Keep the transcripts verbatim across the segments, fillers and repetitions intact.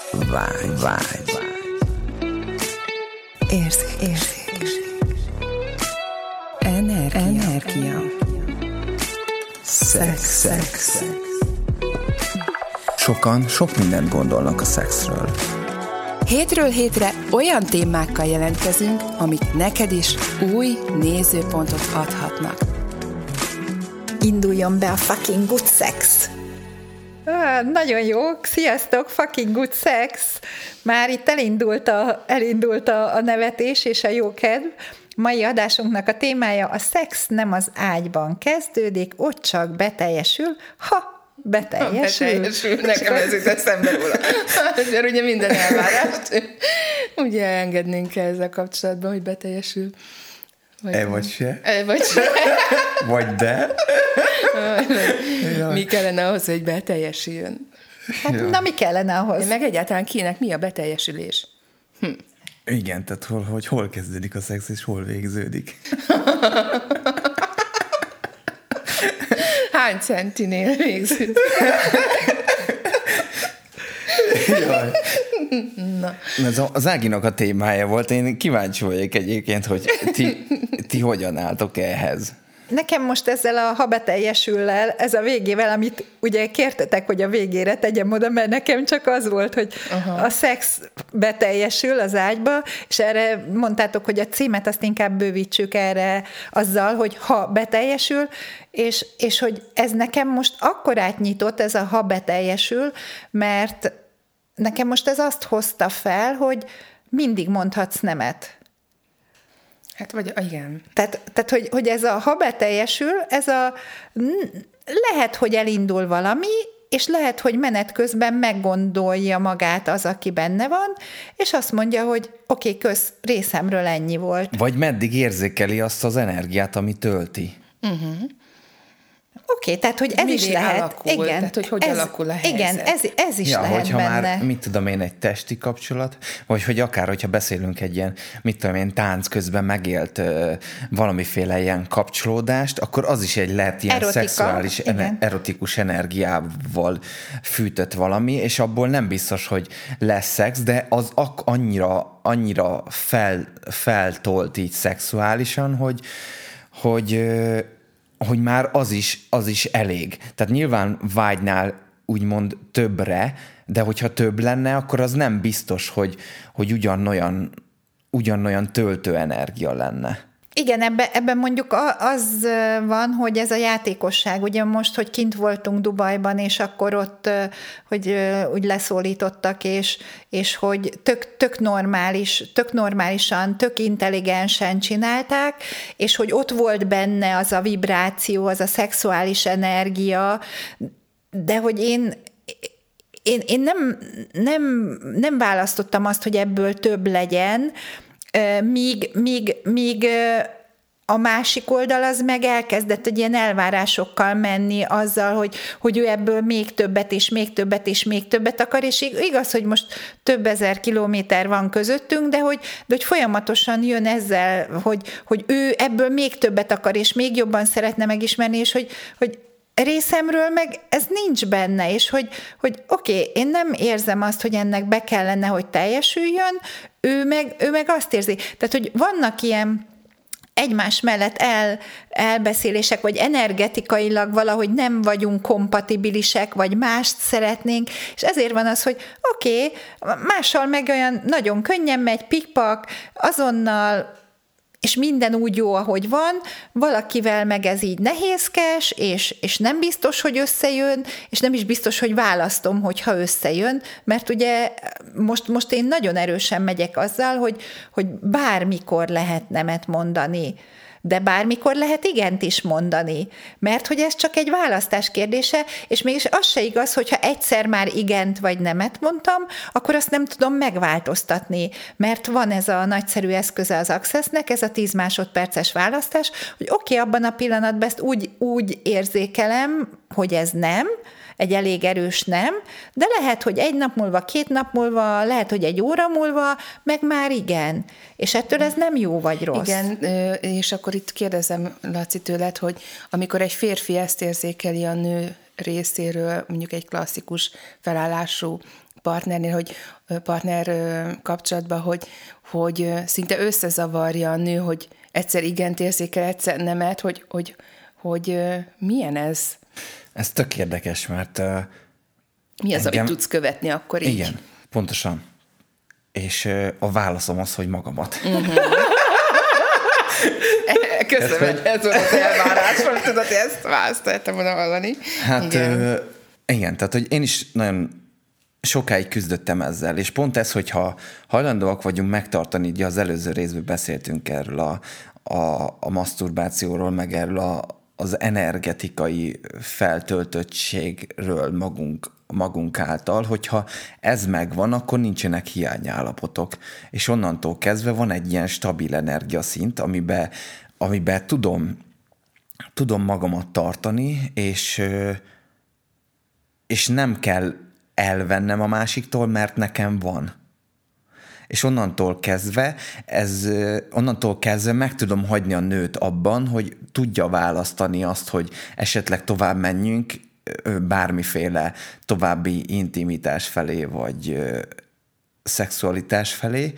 Vágy, vágy, érzék, érzék. Energia, energia. Szex, szex. Sokan sok mindent gondolnak a szexről. Hétről hétre olyan témákkal jelentkezünk, amik neked is új nézőpontot adhatnak. Induljon be a fucking good sex! Ah, nagyon jó, sziasztok, fucking good sex! Már itt elindult a, elindult a, a nevetés és a jókedv. Mai adásunknak a témája a szex nem az ágyban kezdődik, ott csak beteljesül, ha beteljesül. Ha beteljesül, nekem ez jut eszembe róla. Mert ugye minden elvárást ugye engednénk kell ezzel kapcsolatban, hogy beteljesül. Vagy e vagy se. E vagy se. Vagy de. Mi kellene ahhoz, hogy beteljesüljön? Hát, na, mi kellene ahhoz? Meg egyáltalán kinek mi a beteljesülés? Hm. Igen, tehát hol, hogy hol kezdődik a szex, és hol végződik. Hány centinél végződik? Jaj. Na. Ez az Áginak a témája volt. Én kíváncsi vagyok egyébként, hogy ti, ti hogyan álltok ehhez. Nekem most ezzel a ha beteljesüllel, ez a végével, amit ugye kértetek, hogy a végére tegyem oda, mert nekem csak az volt, hogy aha, a szex beteljesül az ágyba, és erre mondtátok, hogy a címet azt inkább bővítsük erre azzal, hogy ha beteljesül, és, és hogy ez nekem most akkor átnyitott, ez a ha beteljesül, mert nekem most ez azt hozta fel, hogy mindig mondhatsz nemet. Hát vagy, igen. Tehát, tehát hogy, hogy ez a ha beteljesül, ez a lehet, hogy elindul valami, és lehet, hogy menet közben meggondolja magát az, aki benne van, és azt mondja, hogy oké, okay, kösz, részemről ennyi volt. Vagy meddig érzékeli azt az energiát, ami tölti. Uh-huh. Oké, okay, tehát, hogy ez Mivé is lehet. Alakul, igen, tehát, hogy hogy ez, alakul a helyzet. Igen, ez, ez is ja, lehet hogyha benne. Már, mit tudom én, egy testi kapcsolat, vagy hogy akár, hogyha beszélünk egy ilyen, mit tudom én, tánc közben megélt uh, valamiféle ilyen kapcsolódást, akkor az is egy lehet ilyen Erotika, szexuális, ene, erotikus energiával fűtött valami, és abból nem biztos, hogy lesz szex, de az ak- annyira, annyira fel, feltolt így szexuálisan, hogy, hogy uh, hogy már az is, az is elég. Tehát nyilván vágynál úgymond többre, de hogyha több lenne, akkor az nem biztos, hogy, hogy ugyanolyan, ugyanolyan töltő energia lenne. Igen, ebben ebbe mondjuk az van, hogy ez a játékosság, ugye most, hogy kint voltunk Dubajban, és akkor ott, hogy úgy leszólítottak, és, és hogy tök, tök normális, tök normálisan, tök intelligensen csinálták, és hogy ott volt benne az a vibráció, az a szexuális energia, de hogy én én, én nem, nem, nem választottam azt, hogy ebből több legyen, Míg, míg, míg a másik oldal az meg elkezdett egy ilyen elvárásokkal menni azzal, hogy, hogy ő ebből még többet és még többet és még többet akar, és igaz, hogy most több ezer kilométer van közöttünk, de hogy, de hogy folyamatosan jön ezzel, hogy, hogy ő ebből még többet akar, és még jobban szeretne megismerni, és hogy, hogy részemről meg ez nincs benne, és hogy, hogy oké, okay, én nem érzem azt, hogy ennek be kellene, hogy teljesüljön, ő meg, ő meg azt érzi. Tehát, hogy vannak ilyen egymás mellett el, elbeszélések, vagy energetikailag valahogy nem vagyunk kompatibilisek, vagy mást szeretnénk, és ezért van az, hogy oké, okay, mással meg olyan nagyon könnyen megy, pikpak, azonnal, és minden úgy jó, ahogy van, valakivel meg ez így nehézkes, és, és nem biztos, hogy összejön, és nem is biztos, hogy választom, hogyha összejön, mert ugye most, most én nagyon erősen megyek azzal, hogy, hogy bármikor lehet nemet mondani, de bármikor lehet igent is mondani, mert hogy ez csak egy választás kérdése, és mégis az se igaz, hogyha egyszer már igent vagy nemet mondtam, akkor azt nem tudom megváltoztatni, mert van ez a nagyszerű eszköze az Accessnek, ez a tíz másodperces választás, hogy oké, okay, abban a pillanatban ezt úgy, úgy érzékelem, hogy ez nem, egy elég erős nem, de lehet, hogy egy nap múlva, két nap múlva, lehet, hogy egy óra múlva, meg már igen. És ettől ez nem jó vagy rossz. Igen, és akkor itt kérdezem, Laci, tőled, hogy amikor egy férfi ezt érzékeli a nő részéről, mondjuk egy klasszikus felállású partnernél, hogy partner kapcsolatban, hogy, hogy szinte összezavarja a nő, hogy egyszer igent érzékel, egyszer nemet, hogy, hogy, hogy milyen ez? Ez tök érdekes, mert... Uh, Mi az, engem... amit tudsz követni akkor így? Igen, pontosan. És uh, a válaszom az, hogy magamat. Uh-huh. Köszönöm, hogy ez volt az elvárás, hogy tudod, hogy ezt választottam volna hallani. Hát igen. Uh, igen, tehát hogy én is nagyon sokáig küzdöttem ezzel, és pont ez, hogyha hajlandóak vagyunk megtartani, ugye az előző részben beszéltünk erről a, a, a maszturbációról, meg erről a, az energetikai feltöltöttségről magunk, magunk által, hogyha ez megvan, akkor nincsenek hiányállapotok. És onnantól kezdve van egy ilyen stabil energiaszint, amiben, amiben tudom, tudom magamat tartani, és, és nem kell elvennem a másiktól, mert nekem van. És onnantól kezdve, ez, onnantól kezdve meg tudom hagyni a nőt abban, hogy tudja választani azt, hogy esetleg tovább menjünk bármiféle további intimitás felé, vagy ö, szexualitás felé,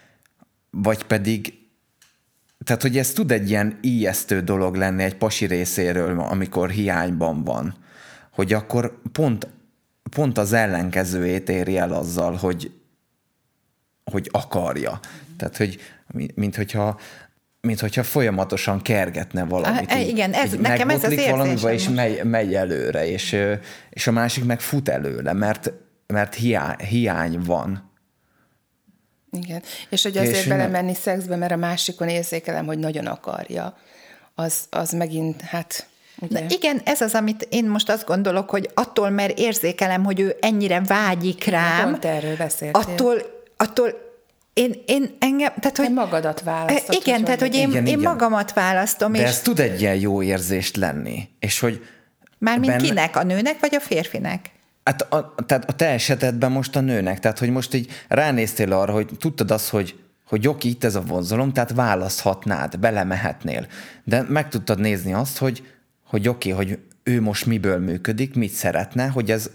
vagy pedig, tehát hogy ez tud egy ilyen ijesztő dolog lenni egy pasi részéről, amikor hiányban van, hogy akkor pont pont az ellenkezőjét éri el azzal, hogy, hogy akarja. Tehát, hogy mint hogyha, mint hogyha folyamatosan kergetne valamit. Ah, igen, ez, nekem ez az érzésem valamiba, és megy, megy előre, és, és a másik meg fut előle, mert, mert hiány, hiány van. Igen, és hogy azért és belemenni ne... szexbe, mert a másikon érzékelem, hogy nagyon akarja, az, az megint, hát... De igen, ez az, amit én most azt gondolok, hogy attól, mert érzékelem, hogy ő ennyire vágyik rám, pont erről beszéltél. Attól, attól én, én engem... Tehát, hogy, magadat választod. Igen, tehát, hogy én, igen, én igen. magamat választom. De és ez tud egy ilyen jó érzést lenni. És hogy... Mármint benne... kinek? A nőnek, vagy a férfinek? Hát a, tehát a te esetedben most a nőnek. Tehát, hogy most így ránéztél arra, hogy tudtad azt, hogy hogy oké, itt ez a vonzalom, tehát választhatnád, belemehetnél. De meg tudtad nézni azt, hogy hogy oké, okay, hogy ő most miből működik, mit szeretne, hogy ez,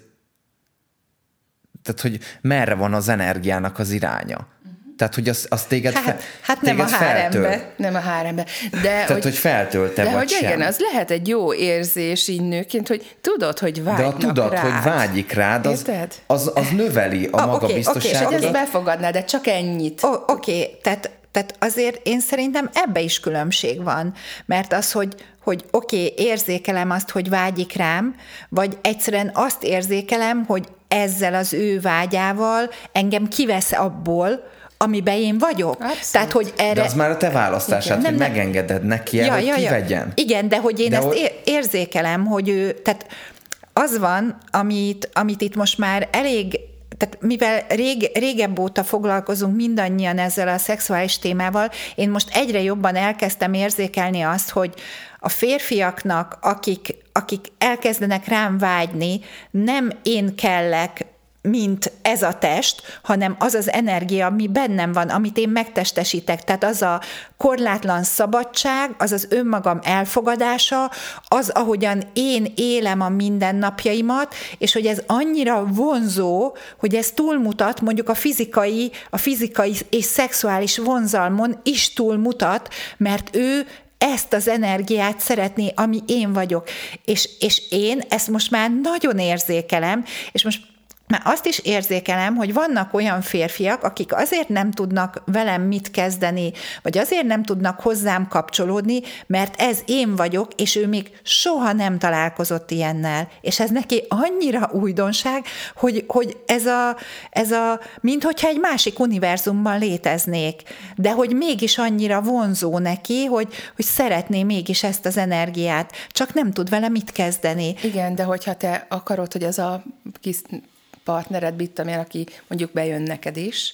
tehát, hogy merre van az energiának az iránya. Uh-huh. Tehát, hogy az, az téged, hát, fe, hát nem téged a hárembe. Nem a hárembe. De Tehát, hogy, hogy feltölte, de vagy hogy sem. igen, az lehet egy jó érzés így nőként, hogy tudod, hogy vágynak De a tudat, rád. hogy vágyik rád, az, az, az növeli a oh, magabiztosságot. Okay, okay, és hogy ezt befogadnád, de csak ennyit. Oh, Oké, okay. tehát Tehát azért én szerintem ebbe is különbség van, mert az, hogy, hogy oké, okay, érzékelem azt, hogy vágyik rám, vagy egyszerűen azt érzékelem, hogy ezzel az ő vágyával engem kivesz abból, amiben én vagyok. Abszolút. Tehát, hogy erre... De az már a te választásod, hogy nem, megengeded neki, ja, hogy ja, kivegyen. Ja. Igen, de hogy én de ezt hogy... érzékelem, hogy ő... Tehát az van, amit, amit itt most már elég... Tehát mivel rég, régebb óta foglalkozunk mindannyian ezzel a szexuális témával, én most egyre jobban elkezdtem érzékelni azt, hogy a férfiaknak, akik, akik elkezdenek rám vágyni, nem én kellek, mint ez a test, hanem az az energia, ami bennem van, amit én megtestesítek. Tehát az a korlátlan szabadság, az az önmagam elfogadása, az, ahogyan én élem a mindennapjaimat, és hogy ez annyira vonzó, hogy ez túlmutat mondjuk a fizikai, a fizikai és szexuális vonzalmon is túlmutat, mert ő ezt az energiát szeretné, ami én vagyok. És, és én ezt most már nagyon érzékelem, és most már azt is érzékelem, hogy vannak olyan férfiak, akik azért nem tudnak velem mit kezdeni, vagy azért nem tudnak hozzám kapcsolódni, mert ez én vagyok, és ő még soha nem találkozott ilyennel. És ez neki annyira újdonság, hogy, hogy ez a, ez a, minthogyha egy másik univerzumban léteznék, de hogy mégis annyira vonzó neki, hogy, hogy szeretné mégis ezt az energiát, csak nem tud vele mit kezdeni. Igen, de hogyha te akarod, hogy az a kis partnered, mit tudom én, aki mondjuk bejön neked is,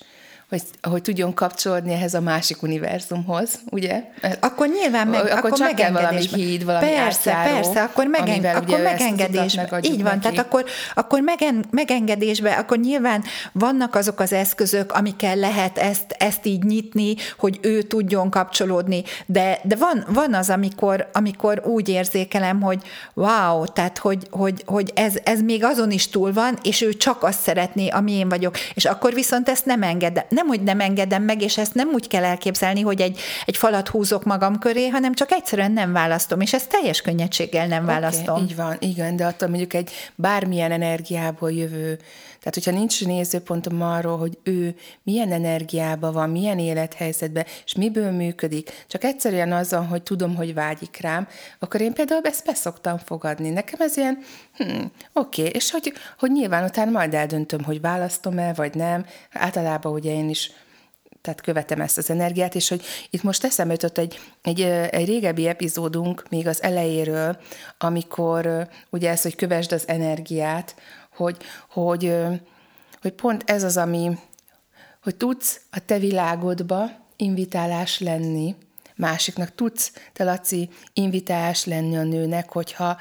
hogy, hogy tudjon kapcsolódni ehhez a másik univerzumhoz, ugye? Akkor nyilván meg, akkor, akkor csak kell valami híd, valami persze, átjáró, persze, akkor, megen, akkor megengedésbe. Így van, neki. Tehát akkor, akkor megen, megengedésbe, akkor nyilván vannak azok az eszközök, amikkel lehet ezt, ezt így nyitni, hogy ő tudjon kapcsolódni, de, de van, van az, amikor, amikor úgy érzékelem, hogy wow, tehát hogy, hogy, hogy ez, ez még azon is túl van, és ő csak azt szeretné, ami én vagyok. És akkor viszont ezt nem engedem. Nem, hogy nem engedem meg, és ezt nem úgy kell elképzelni, hogy egy, egy falat húzok magam köré, hanem csak egyszerűen nem választom, és ezt teljes könnyedséggel nem okay, választom. Így van, igen, de attól mondjuk egy bármilyen energiából jövő, tehát hogyha nincs nézőpontom arról, hogy ő milyen energiában van, milyen élethelyzetben, és miből működik, csak egyszerűen azzal, hogy tudom, hogy vágyik rám, akkor én például ezt be szoktam fogadni. Nekem ez ilyen, hm, oké, okay. És hogy, hogy nyilván utána majd eldöntöm, hogy választom-e, vagy nem. Általában ugye én is tehát követem ezt az energiát, és hogy itt most eszembe jutott egy, egy, egy régebbi epizódunk még az elejéről, amikor ugye ez, hogy kövesd az energiát, hogy, hogy, hogy pont ez az, ami, hogy tudsz a te világodba invitálás lenni, másiknak tudsz, te Laci, invitálás lenni a nőnek, hogyha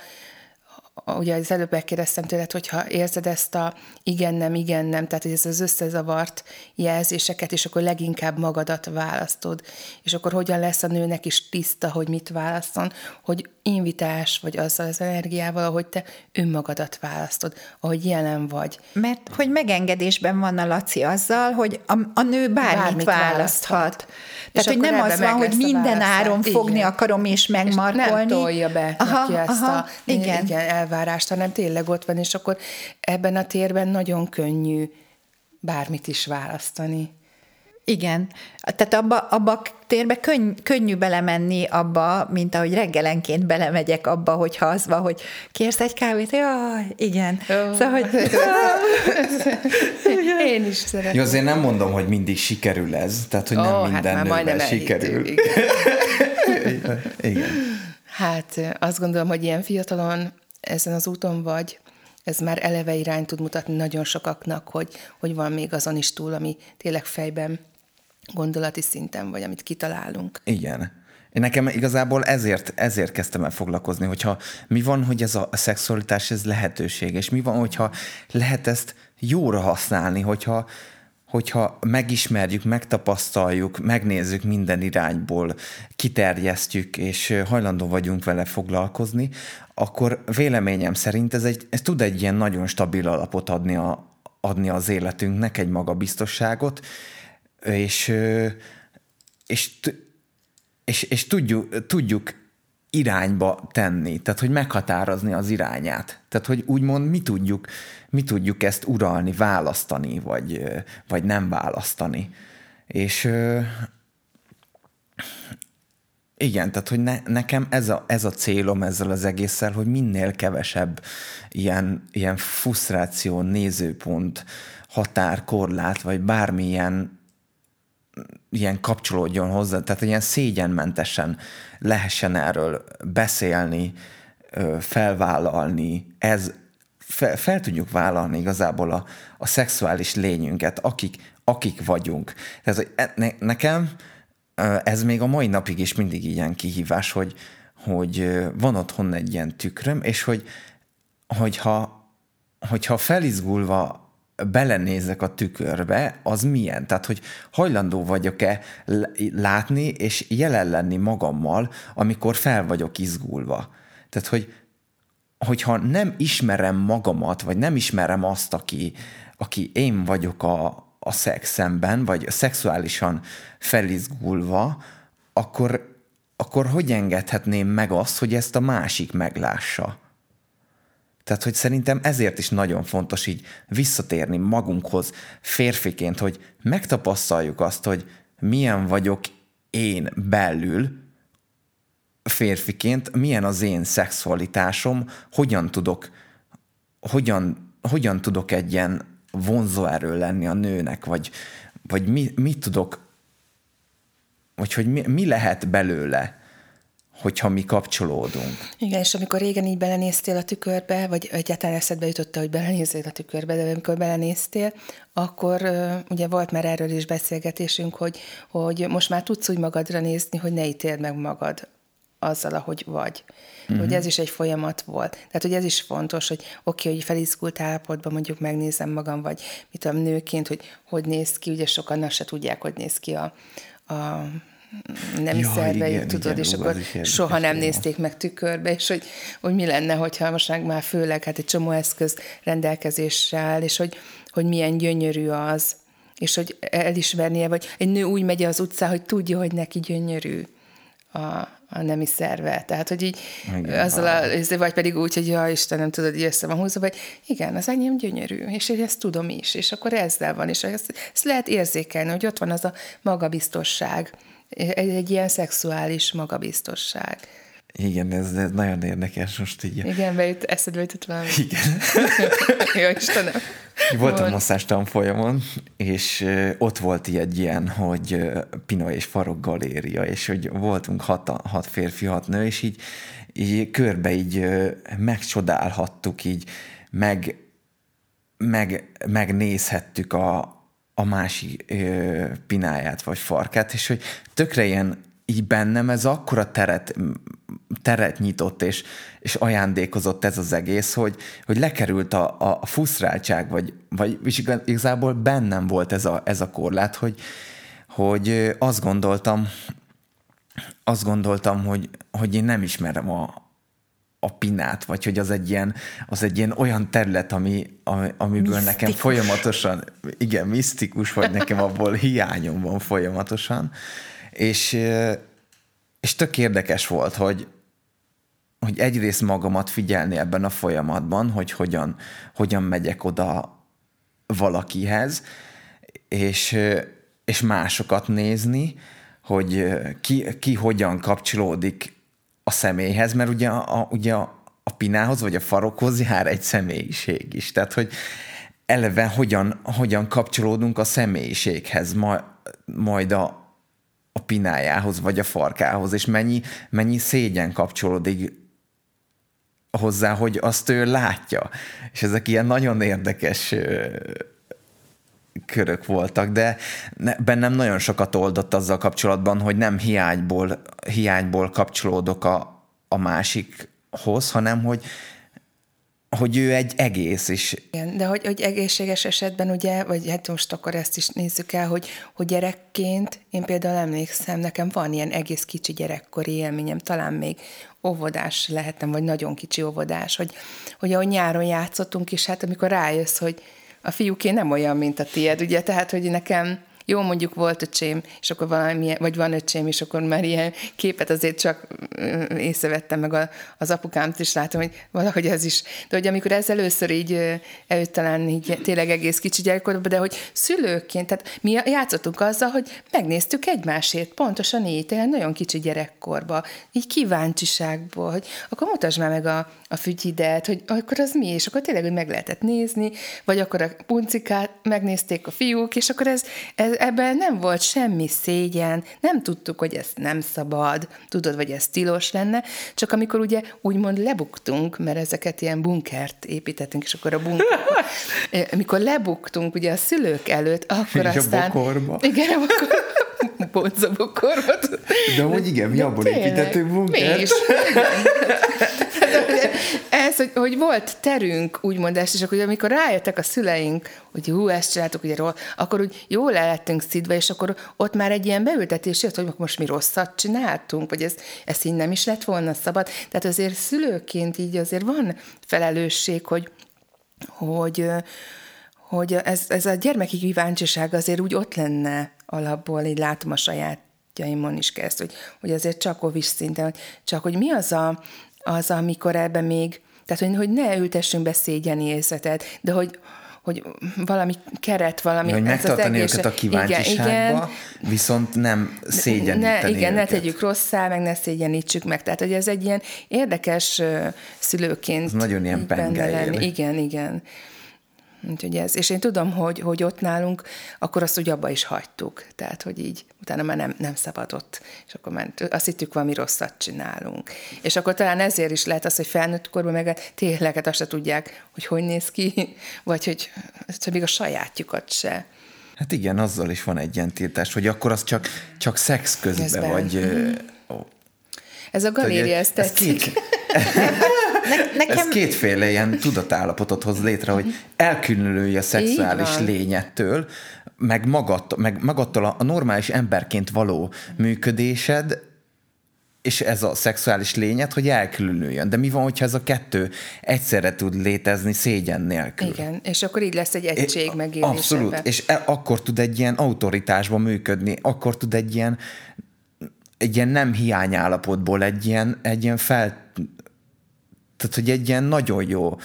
ugye az előbb megkérdeztem tőled, hogyha érzed ezt a igen, nem, igen, nem, tehát hogy ez az összezavart jelzéseket, és akkor leginkább magadat választod, és akkor hogyan lesz a nőnek is tiszta, hogy mit válaszol, hogy invitálás vagy azzal az energiával, ahogy te önmagadat választod, ahogy jelen vagy. Mert hogy megengedésben van a Laci azzal, hogy a, a nő bármit, bármit választhat. választhat. Tehát, hogy nem az van, hogy minden áron fogni igen. akarom és megmarkolni. És nem tolja be aha, neki ezt aha, a igen. Igen, elvárást, hanem tényleg ott van, és akkor ebben a térben nagyon könnyű bármit is választani. Igen. Tehát abba, abba a térbe könny, könnyű belemenni abba, mint ahogy reggelenként belemegyek abba, hogyha az van, hogy kérsz egy kávét? Jaj, igen. Oh. Szóval, hogy... Én is szeretem. Jó, azért nem mondom, hogy mindig sikerül ez, tehát, hogy nem oh, minden hát nővel sikerül. Igen. igen. Hát azt gondolom, hogy ilyen fiatalon ezen az úton vagy, ez már eleve irány tud mutatni nagyon sokaknak, hogy, hogy van még azon is túl, ami tényleg fejben, gondolati szinten, vagy amit kitalálunk. Igen. Én nekem igazából ezért, ezért kezdtem el foglalkozni, hogyha mi van, hogy ez a szexualitás, ez lehetőség, és mi van, hogyha lehet ezt jóra használni, hogyha, hogyha megismerjük, megtapasztaljuk, megnézzük minden irányból, kiterjesztjük, és hajlandó vagyunk vele foglalkozni, akkor véleményem szerint ez, egy, ez tud egy ilyen nagyon stabil alapot adni, a, adni az életünknek, egy magabiztosságot, és, és, és, és tudjuk, tudjuk irányba tenni, tehát hogy meghatározni az irányát. Tehát, hogy úgymond mi tudjuk, mi tudjuk ezt uralni, választani, vagy, vagy nem választani. És igen, tehát, hogy ne, nekem ez a, ez a célom ezzel az egésszel, hogy minél kevesebb ilyen, ilyen frusztráció, nézőpont, határ, korlát, vagy bármilyen ilyen kapcsolódjon hozzá, tehát ilyen szégyenmentesen lehessen erről beszélni, felvállalni, ez fel, fel tudjuk vállalni igazából a, a szexuális lényünket, akik, akik vagyunk. Tehát ne, nekem ez még a mai napig is mindig ilyen kihívás, hogy, hogy van otthon egy ilyen tükröm, és hogy, hogyha, hogyha felizgulva belenézek a tükörbe, az milyen? Tehát, hogy hajlandó vagyok-e látni és jelen lenni magammal, amikor fel vagyok izgulva. Tehát, hogy hogyha nem ismerem magamat, vagy nem ismerem azt, aki, aki én vagyok a, a szexemben, vagy szexuálisan felizgulva, akkor, akkor hogy engedhetném meg azt, hogy ezt a másik meglássa? Tehát, hogy szerintem ezért is nagyon fontos így visszatérni magunkhoz férfiként, hogy megtapasztaljuk azt, hogy milyen vagyok én belül férfiként, milyen az én szexualitásom, hogyan tudok, hogyan, hogyan tudok egy ilyen vonzóerő lenni a nőnek, vagy, vagy mi, mit tudok, vagy hogy mi, mi lehet belőle, hogyha mi kapcsolódunk. Igen, és amikor régen így belenéztél a tükörbe, vagy egyáltalán eszedbe jutotta, hogy belenézzél a tükörbe, de amikor belenéztél, akkor ugye volt már erről is beszélgetésünk, hogy, hogy most már tudsz úgy magadra nézni, hogy ne ítéld meg magad azzal, ahogy vagy. Uh-huh. Hogy ez is egy folyamat volt. Tehát, hogy ez is fontos, hogy oké, okay, hogy felizgult állapotban mondjuk megnézem magam, vagy mit tudom, nőként, hogy hogy néz ki, ugye sokan azt se tudják, hogy néz ki a, a nemi ja, szerveik, tudod, igen, és ú, akkor soha nem nézték meg tükörbe, és hogy, hogy mi lenne, hogyha most már főleg hát egy csomó eszköz rendelkezésre áll, és hogy, hogy milyen gyönyörű az, és hogy elismernie, vagy egy nő úgy megy az utcán, hogy tudja, hogy neki gyönyörű a, a nemi szerve. Tehát, hogy így igen, azzal a, vagy pedig úgy, hogy ja, Istenem, tudod, így össze van húzva, vagy igen, az enyém gyönyörű, és én ezt tudom is, és akkor ezzel van, és ezt, ezt lehet érzékelni, hogy ott van az a magabiztosság, Egy, egy ilyen szexuális magabiztosság. Igen, ez, ez nagyon érdekes most így. Igen, bejut, eszedbe jutott valami. Igen. Jó, Istenem. Voltam masszázs tanfolyamon, és ott volt egy ilyen, hogy Pina és Farok galéria, és hogy voltunk hat, hat férfi, hat nő, és így, így körbe így megcsodálhattuk, így meg, meg, megnézhettük a a másik ö, pináját, vagy farkát, és hogy tökre ilyen így bennem ez akkora teret, teret nyitott, és, és ajándékozott ez az egész, hogy, hogy lekerült a, a, a fuszráltság, vagy, vagy és igazából bennem volt ez a, ez a korlát, hogy, hogy azt gondoltam, azt gondoltam, hogy, hogy én nem ismerem a, a pinát, vagy hogy az egy ilyen, az egy ilyen olyan terület, ami, ami, amiből misztikus. Nekem folyamatosan, igen, misztikus, vagy nekem abból hiányom van folyamatosan, és, és tök érdekes volt, hogy, hogy egyrészt magamat figyelni ebben a folyamatban, hogy hogyan, hogyan megyek oda valakihez, és, és másokat nézni, hogy ki, ki hogyan kapcsolódik a személyhez, mert ugye a, a, ugye a, a pinához, vagy a farokhoz jár egy személyiség is. Tehát, hogy eleve hogyan, hogyan kapcsolódunk a személyiséghez, majd, majd a, a pinájához, vagy a farkához, és mennyi, mennyi szégyen kapcsolódik hozzá, hogy azt ő látja. És ezek ilyen nagyon érdekes körök voltak, de bennem nagyon sokat oldott azzal kapcsolatban, hogy nem hiányból, hiányból kapcsolódok a, a másikhoz, hanem hogy, hogy ő egy egész is. Igen, de hogy, hogy egészséges esetben ugye, vagy hát most akkor ezt is nézzük el, hogy, hogy gyerekként, én például emlékszem, nekem van ilyen egész kicsi gyerekkori élményem, talán még óvodás lehettem, vagy nagyon kicsi óvodás, hogy, hogy ahogy nyáron játszottunk is, hát amikor rájössz, hogy a fiúké nem olyan, mint a tiéd, ugye, tehát, hogy nekem jó, mondjuk volt öcsém, és akkor valami, vagy van öcsém, és akkor már ilyen képet azért csak észrevettem meg a, az apukámt, és látom, hogy valahogy ez is. De hogy amikor ez először így előtt talán így tényleg egész kicsi gyerekkorban, de hogy szülőként, tehát mi játszottunk azzal, hogy megnéztük egymásért, pontosan így, tényleg nagyon kicsi gyerekkorban, így kíváncsiságból, hogy akkor mutasd már meg a, a fügyidet, hogy akkor az mi, és akkor tényleg, hogy meg lehetett nézni, vagy akkor a puncikát megnézték a fiúk, és akkor ez, ez ebben nem volt semmi szégyen, nem tudtuk, hogy ez nem szabad, tudod, vagy ez tilos lenne, csak amikor ugye úgymond lebuktunk, mert ezeket ilyen bunkert építettünk, és akkor a bunker, amikor lebuktunk ugye a szülők előtt, akkor és aztán... a bokorba. Igen, a bokorba. Bonza bokorba. De hogy igen, mi abból építettünk bunkert. Mi is. Ez, hogy, hogy volt terünk, úgymond ezt, és akkor amikor rájöttek a szüleink, hogy hú, ezt csináltuk, ugye, akkor úgy jól el lettünk szidva, és akkor ott már egy ilyen beültetés jött, hogy most mi rosszat csináltunk, vagy ez, ez így nem is lett volna szabad. Tehát azért szülőként így azért van felelősség, hogy, hogy, hogy ez, ez a gyermeki kíváncsiság azért úgy ott lenne alapból, így látom a sajátjaimon is kezd, hogy, hogy azért csak ovis szinten, hogy csak hogy mi az a az, amikor ebben még, tehát hogy, hogy ne ültessünk be szégyenérzetet, de hogy, hogy valami keret, valami... Hogy megtartani őket a kíváncsiságba, igen, igen, viszont nem szégyeníteni ne, Igen, őket. Ne tegyük rosszá, meg ne szégyenítsük meg. Tehát, hogy ez egy ilyen érdekes szülőként... Ez nagyon ilyen pengelyen. Igen, igen. Úgyhogy ez. És én tudom, hogy, hogy ott nálunk, akkor azt úgy abba is hagytuk. Tehát, hogy így utána már nem, nem szabadott. És akkor már azt hittük, valami rosszat csinálunk. És akkor talán ezért is lehet az, hogy felnőtt korban meg tényleg azt se tudják, hogy hogy néz ki, vagy hogy még a sajátjukat se. Hát igen, azzal is van egy ilyen tiltás, hogy akkor az csak, csak szex közben, vagy... Mm. Ó. Ez a galéria, ez tetszik. Két, ne, nekem... Ez kétféle ilyen tudatállapotot hoz létre, hogy elkülönülj a szexuális lényettől, meg, magad, meg magadtól a, a normális emberként való működésed, és ez a szexuális lényed, hogy elkülönüljön. De mi van, hogyha ez a kettő egyszerre tud létezni szégyen nélkül? Igen, és akkor így lesz egy egység megélésebe. Abszolút, és e, akkor tud egy ilyen autoritásban működni, akkor tud egy ilyen, egy ilyen nem hiányállapotból egy ilyen, egy ilyen fel... Tehát, hogy egy ilyen nagyon jó,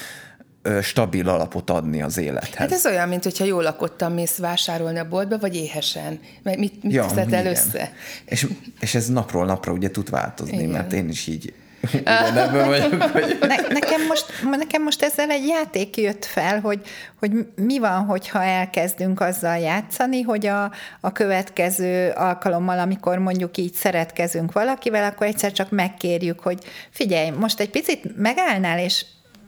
stabil alapot adni az élethez. Hát ez olyan, mint hogyha jól lakottan mész vásárolni a boltba, vagy éhesen. Mit, mit ja, szedel össze? És, és ez napról napra ugye tud változni, igen. Mert én is így ebből vagyok. Hogy... Ne, nekem, most, nekem most ezzel egy játék jött fel, hogy, hogy mi van, hogyha elkezdünk azzal játszani, hogy a, a következő alkalommal, amikor mondjuk így szeretkezünk valakivel, akkor egyszer csak megkérjük, hogy figyelj, most egy picit megállnál, és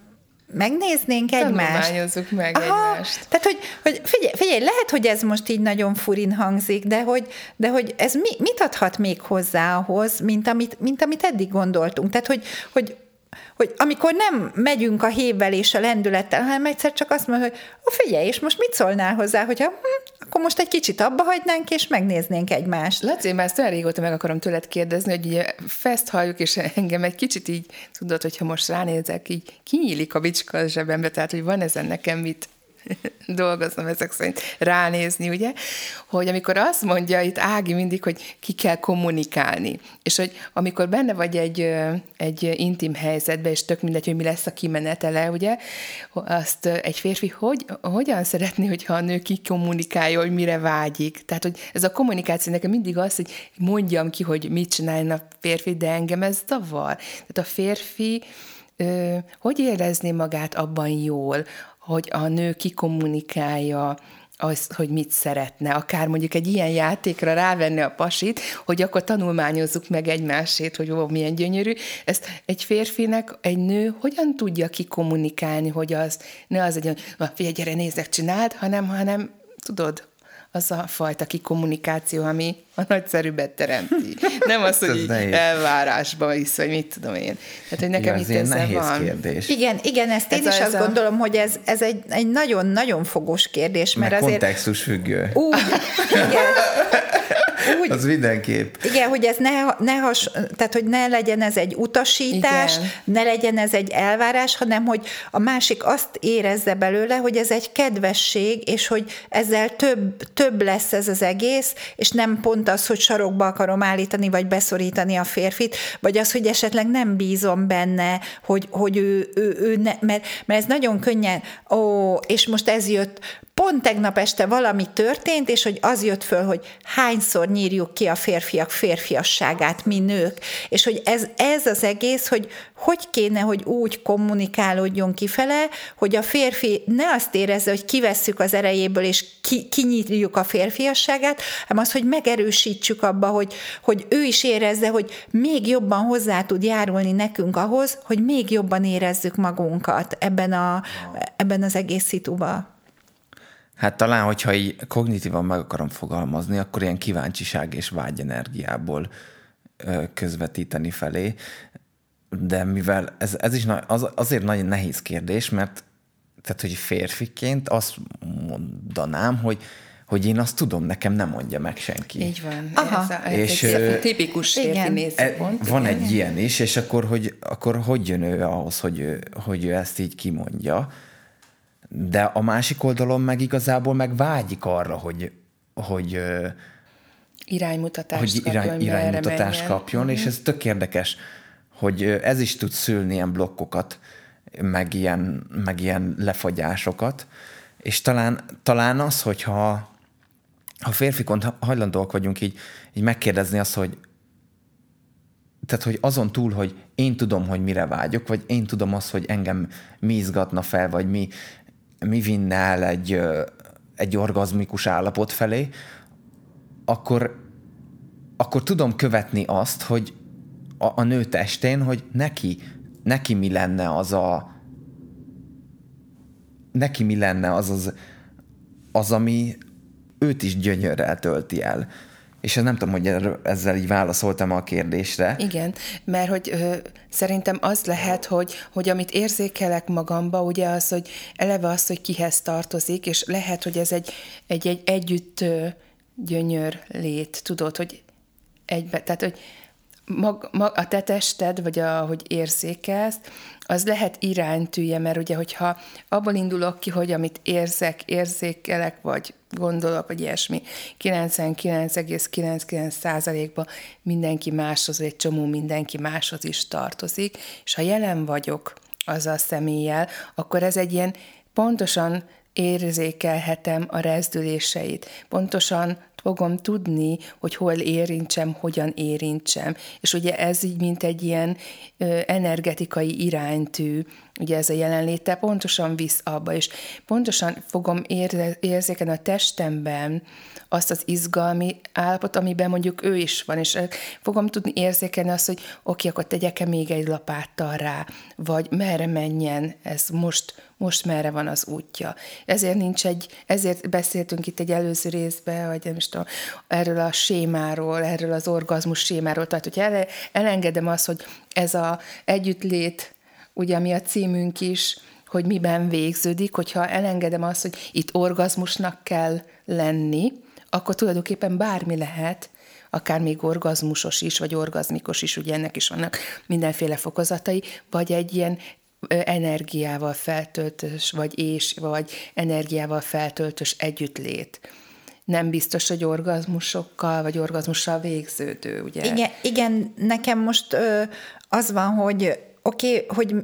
megnéznénk egymást. Tanulmányozzuk meg Aha, egymást. Tehát, hogy, hogy figyelj, figyelj, lehet, hogy ez most így nagyon furin hangzik, de hogy, de hogy ez mi, mit adhat még hozzá ahhoz, mint amit, mint amit eddig gondoltunk. Tehát, hogy, hogy hogy amikor nem megyünk a hévvel és a lendülettel, hanem egyszer csak azt mondja, hogy oh, figyelj, és most mit szólnál hozzá, hogyha hm, akkor most egy kicsit abba hagynánk, és megnéznénk egymást. Laci, én már ezt olyan régóta meg akarom tőled kérdezni, hogy ugye fest halljuk, és engem egy kicsit így, tudod, hogyha most ránézek, így kinyílik a bicska a zsebembe, tehát, hogy van ezen nekem mit dolgoznom ezek szerint ránézni, ugye, hogy amikor azt mondja itt Ági mindig, hogy ki kell kommunikálni, és hogy amikor benne vagy egy, egy intim helyzetben, és tök mindegy, hogy mi lesz a kimenetele, ugye, azt egy férfi hogy, hogyan szeretné, hogyha a nő kikommunikálja, hogy mire vágyik. Tehát, hogy ez a kommunikáció nekem mindig az, hogy mondjam ki, hogy mit csináljon a férfi, de engem ez zavar. Tehát a férfi ö, hogy érezné magát abban jól, hogy a nő kikommunikálja azt, hogy mit szeretne. Akár mondjuk egy ilyen játékra rávenni a pasit, hogy akkor tanulmányozzuk meg egymásét, hogy ó, milyen gyönyörű. Ezt egy férfinek egy nő hogyan tudja kikommunikálni, hogy az ne az egy, figyelj, gyere, nézzek, csináld, hanem, hanem tudod, az a fajta kikommunikáció, ami a nagyszerűbbet teremti. Nem az, hogy elvárásba visz, vagy mit tudom én. Tehát, hogy nekem ja, itt ezzel nehéz van. Kérdés. Igen, igen, ezt én ez is a, azt a... gondolom, hogy ez, ez egy, egy nagyon-nagyon fogós kérdés, mert meg azért... kontextus függő. Úgy, igen. Úgy, az mindenképp. Igen, hogy ez ne, ne has, tehát, hogy ne legyen ez egy utasítás, igen. Ne legyen ez egy elvárás, hanem, hogy a másik azt érezze belőle, hogy ez egy kedvesség, és hogy ezzel több, több lesz ez az egész, és nem pont az, hogy sarokba akarom állítani, vagy beszorítani a férfit, vagy az, hogy esetleg nem bízom benne, hogy, hogy ő, ő, ő ne, mert, mert ez nagyon könnyen, ó, és most ez jött, pont tegnap este valami történt, és hogy az jött föl, hogy hányszor nyírjuk ki a férfiak férfiasságát, mi nők, és hogy ez, ez az egész, hogy hogy kéne, hogy úgy kommunikálódjon kifele, hogy a férfi ne azt érezze, hogy kivesszük az erejéből, és ki, kinyírjuk a férfiasságát, hanem az, hogy megerősítsük abba, hogy, hogy ő is érezze, hogy még jobban hozzá tud járulni nekünk ahhoz, hogy még jobban érezzük magunkat ebben, a, ebben az egész szituban. Hát talán, hogyha így kognitívan meg akarom fogalmazni, akkor ilyen kíváncsiság és vágyenergiából közvetíteni felé. De mivel ez, ez is az, azért nagyon nehéz kérdés, mert tehát, hogy férfiként azt mondanám, hogy hogy én azt tudom, nekem nem mondja meg senki. Így van. Aha. Ez, a, ez és egy tipikus férfi nézőpont. Van igen. Egy ilyen is, és akkor hogy, akkor hogy jön ő ahhoz, hogy ő, hogy ő ezt így kimondja. De a másik oldalon meg igazából meg vágyik arra, hogy, hogy iránymutatást hogy kapjon, irány, iránymutatást kapjon, uh-huh. És ez tök érdekes, hogy ez is tud szülni ilyen blokkokat, meg ilyen, meg ilyen lefagyásokat, és talán, talán az, hogyha ha férfikon hajlandóak vagyunk így, így megkérdezni azt, hogy tehát, hogy azon túl, hogy én tudom, hogy mire vágyok, vagy én tudom azt, hogy engem mi izgatna fel, vagy mi, mi vinne el egy, egy orgazmikus állapot felé, akkor, akkor tudom követni azt, hogy a, a nő testén, hogy neki, neki mi lenne az a neki mi lenne az az, az ami őt is gyönyörrel tölti el. És nem tudom, hogy ezzel így válaszoltam a kérdésre. Igen, mert hogy ö, szerintem az lehet, hogy, hogy amit érzékelek magamba, ugye az, hogy eleve az, hogy kihez tartozik, és lehet, hogy ez egy, egy, egy együtt ö, gyönyör lét, tudod, hogy egybe, tehát, hogy mag, mag, a te tested, vagy ahogy érzékelsz, az lehet iránytűje, mert ugye, hogyha abból indulok ki, hogy amit érzek, érzékelek, vagy gondolok, vagy ilyesmi, kilencvenkilenc egész kilencvenkilenc százalékban mindenki máshoz, vagy egy csomó mindenki máshoz is tartozik, és ha jelen vagyok azzal a személlyel, akkor ez egy ilyen pontosan érzékelhetem a rezdüléseit, pontosan fogom tudni, hogy hol érintsem, hogyan érintsem. És ugye ez így, mint egy ilyen ö, energetikai iránytű, ugye ez a jelenléte pontosan visz abba, és pontosan fogom érze, érzékelni a testemben azt az izgalmi állapot, amiben mondjuk ő is van, és fogom tudni érzékelni azt, hogy oké, akkor tegyek-e még egy lapáttal rá, vagy merre menjen ez most, most merre van az útja. Ezért nincs egy, ezért beszéltünk itt egy előző részben, vagy nem is tudom, erről a sémáról, erről az orgazmus sémáról, tehát hogyha ele, elengedem azt, hogy ez az együttlét, ugye ami a címünk is, hogy miben végződik, hogyha elengedem azt, hogy itt orgazmusnak kell lenni, akkor tulajdonképpen bármi lehet, akár még orgazmusos is, vagy orgazmikus is, ugye ennek is vannak mindenféle fokozatai, vagy egy ilyen energiával feltöltős, vagy és, vagy energiával feltöltős együttlét. Nem biztos, hogy orgazmusokkal, vagy orgazmussal végződő, ugye? Igen, igen, nekem most ö, az van, hogy oké, okay, hogy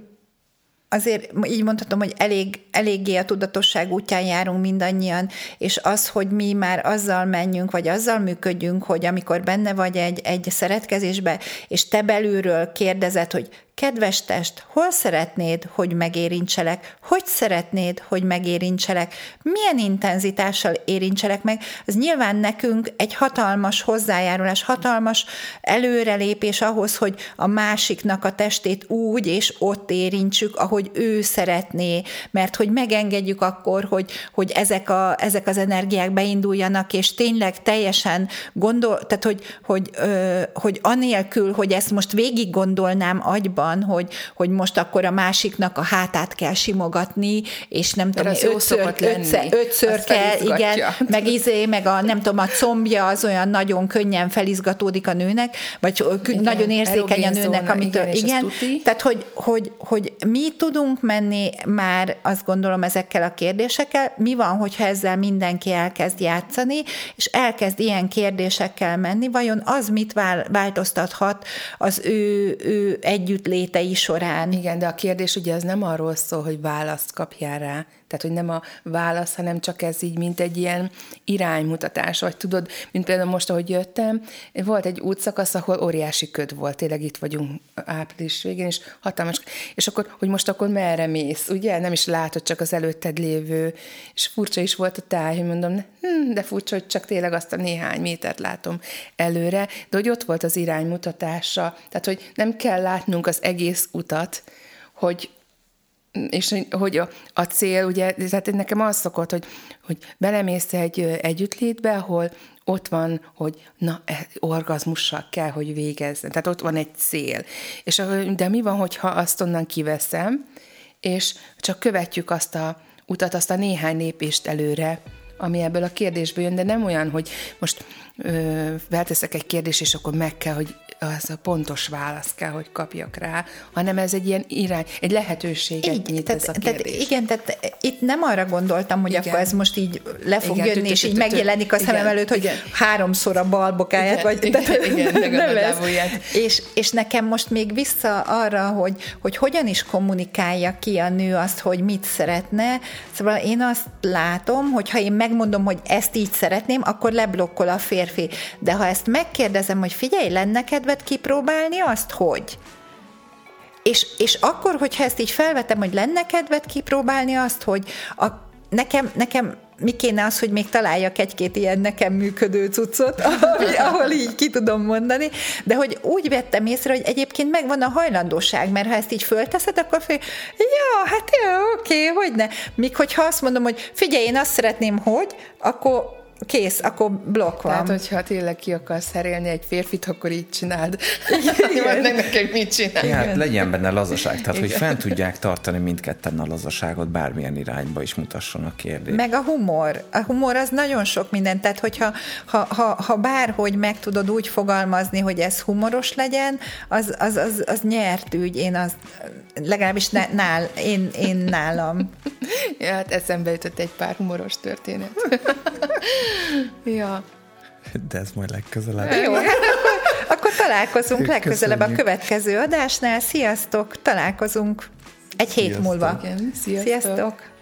azért így mondhatom, hogy elég, eléggé a tudatosság útján járunk mindannyian, és az, hogy mi már azzal menjünk, vagy azzal működjünk, hogy amikor benne vagy egy, egy szeretkezésbe, és te belülről kérdezed, hogy kedves test, hol szeretnéd, hogy megérintselek? Hogy szeretnéd, hogy megérintselek? Milyen intenzitással érintselek meg? Az nyilván nekünk egy hatalmas hozzájárulás, hatalmas előrelépés ahhoz, hogy a másiknak a testét úgy és ott érintsük, ahogy ő szeretné, mert hogy megengedjük akkor, hogy, hogy ezek, a, ezek az energiák beinduljanak, és tényleg teljesen gondol, tehát hogy, hogy, ö, hogy anélkül, hogy ezt most végig gondolnám agyban, Hogy, hogy most akkor a másiknak a hátát kell simogatni, és nem tudom, ötször, ötször, ötször kell, igen, meg izé, meg a nem tudom, a combja az olyan nagyon könnyen felizgatódik a nőnek, vagy igen, nagyon érzékeny a nőnek, zóna, amitől, igen, igen. Tehát, hogy, hogy, hogy mi tudunk menni már, azt gondolom, ezekkel a kérdésekkel, mi van, hogyha ezzel mindenki elkezd játszani, és elkezd ilyen kérdésekkel menni, vajon az mit változtathat az ő, ő együtt létei során. Igen, de a kérdés ugye az nem arról szól, hogy választ kapjál rá. Tehát, hogy nem a válasz, hanem csak ez így, mint egy ilyen iránymutatás. Vagy tudod, mint például most, ahogy jöttem, volt egy útszakasz, ahol óriási köd volt. Tényleg itt vagyunk április végén, és hatalmas. És akkor, hogy most akkor merre mész, ugye? Nem is látod csak az előtted lévő. És furcsa is volt a táj, hogy mondom, hm, de furcsa, hogy csak tényleg azt a néhány métert látom előre. De hogy ott volt az iránymutatása. Tehát, hogy nem kell látnunk az egész utat, hogy és hogy a, a cél, ugye, tehát nekem az szokott, hogy, hogy belemész egy együttlétbe, ahol ott van, hogy na, orgazmussal kell, hogy végezzen. Tehát ott van egy cél. És, de mi van, hogyha azt onnan kiveszem, és csak követjük azt a utat, azt a néhány lépést előre, ami ebből a kérdésből jön, de nem olyan, hogy most ö, felteszek egy kérdést, és akkor meg kell, hogy az a pontos válasz kell, hogy kapjak rá, hanem ez egy ilyen irány, egy lehetőséget így, nyit tehát, ez a kérdés. Tehát, igen, tehát itt nem arra gondoltam, hogy igen. akkor ez most így le fog igen, jönni, tü- és tü- így tü- megjelenik a szemem előtt, hogy igen. háromszor a balbokáját, vagy igen, tehát, igen, nem ez. És, és nekem most még vissza arra, hogy, hogy hogyan is kommunikálja ki a nő azt, hogy mit szeretne. Szóval én azt látom, hogy ha én megmondom, hogy ezt így szeretném, akkor leblokkol a férfi. De ha ezt megkérdezem, hogy figyelj, lenne kedved kipróbálni azt, hogy? És, és akkor, hogyha ezt így felvetem, hogy lenne kedved kipróbálni azt, hogy a, nekem, nekem mi kéne az, hogy még találjak egy-két ilyen nekem működő cuccot, ahol, ahol így ki tudom mondani, de hogy úgy vettem észre, hogy egyébként megvan a hajlandóság, mert ha ezt így fölteszed, akkor fél, ja, hát jó, oké, hogyne. Míg hogyha azt mondom, hogy figyelj, én azt szeretném, hogy, akkor kész, akkor blokk van. Tehát, hogyha tényleg ki akarsz szerélni egy férfit, akkor így csináld. Mondd meg nekem, mit csinálj. Hát legyen benne lazaság, tehát hogy fent tudják tartani mindketten a lazaságot, bármilyen irányba is mutasson a kérdés. Meg a humor. A humor az nagyon sok minden, tehát hogyha ha, ha, ha bárhogy meg tudod úgy fogalmazni, hogy ez humoros legyen, az, az, az, az nyert ügy, én az legalábbis nál, én, én nálam. Ja, hát eszembe jutott egy pár humoros történet. Ja. De ez majd legközelebb. Jó, hát akkor, akkor találkozunk legközelebb a következő adásnál. Sziasztok, találkozunk egy hét Sziasztok. múlva. Igen, sziasztok. Sziasztok.